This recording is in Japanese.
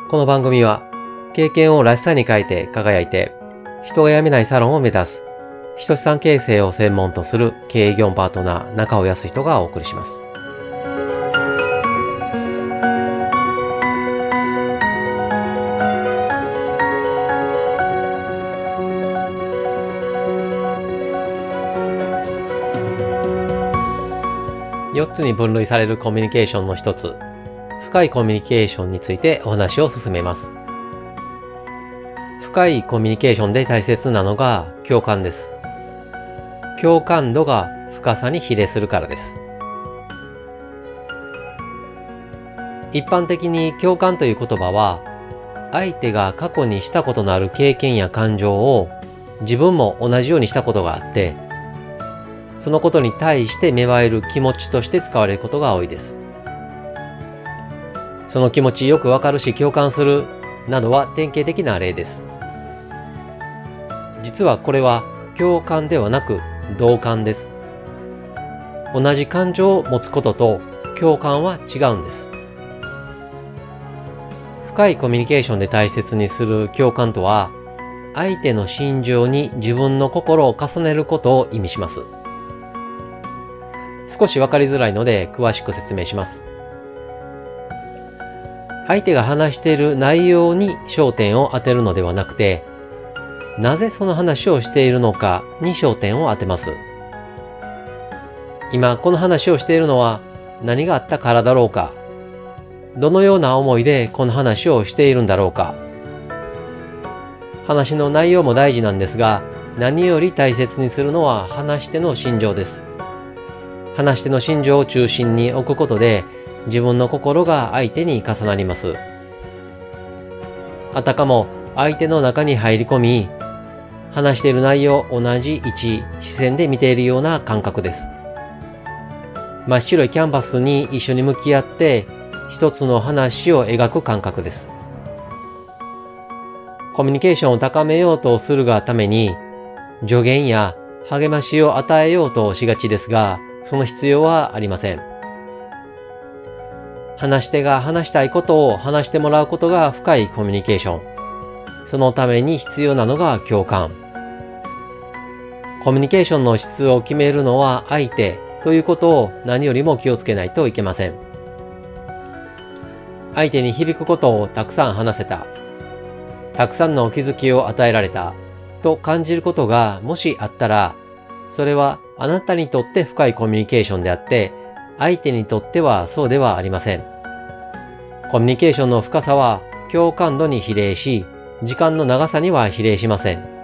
この番組は経験をらしさに変えて輝いて人が辞めないサロンを目指す人資産形成を専門とする経営業パートナー中尾康人がお送りします。4つに分類されるコミュニケーションの一つ、深いコミュニケーションについてお話を進めます。深いコミュニケーションで大切なのが共感です。共感度が深さに比例するからです。一般的に共感という言葉は、相手が過去にしたことのある経験や感情を自分も同じようにしたことがあって、そのことに対して芽生える気持ちとして使われることが多いです。その気持ちよくわかるし共感するなどは典型的な例です。実はこれは共感ではなく同感です。同じ感情を持つことと共感は違うんです。深いコミュニケーションで大切にする共感とは、相手の心情に自分の心を重ねることを意味します。少しわかりづらいので詳しく説明します。相手が話している内容に焦点を当てるのではなくて、なぜその話をしているのかに焦点を当てます。今この話をしているのは何があったからだろうか、どのような思いでこの話をしているんだろうか。話の内容も大事なんですが、何より大切にするのは話し手の心情です。話し手の心情を中心に置くことで、自分の心が相手に重なります。あたかも相手の中に入り込み、話している内容を同じ位置、視線で見ているような感覚です。真っ白いキャンバスに一緒に向き合って、一つの話を描く感覚です。コミュニケーションを高めようとするがために、助言や励ましを与えようとしがちですが、その必要はありません。話し手が話したいことを話してもらうことが深いコミュニケーション。そのために必要なのが共感。コミュニケーションの質を決めるのは相手ということを何よりも気をつけないといけません。相手に響くことをたくさん話せた、たくさんの気づきを与えられたと感じることがもしあったら、それはあなたにとって深いコミュニケーションであって、相手にとってはそうではありません。コミュニケーションの深さは共感度に比例し、時間の長さには比例しません。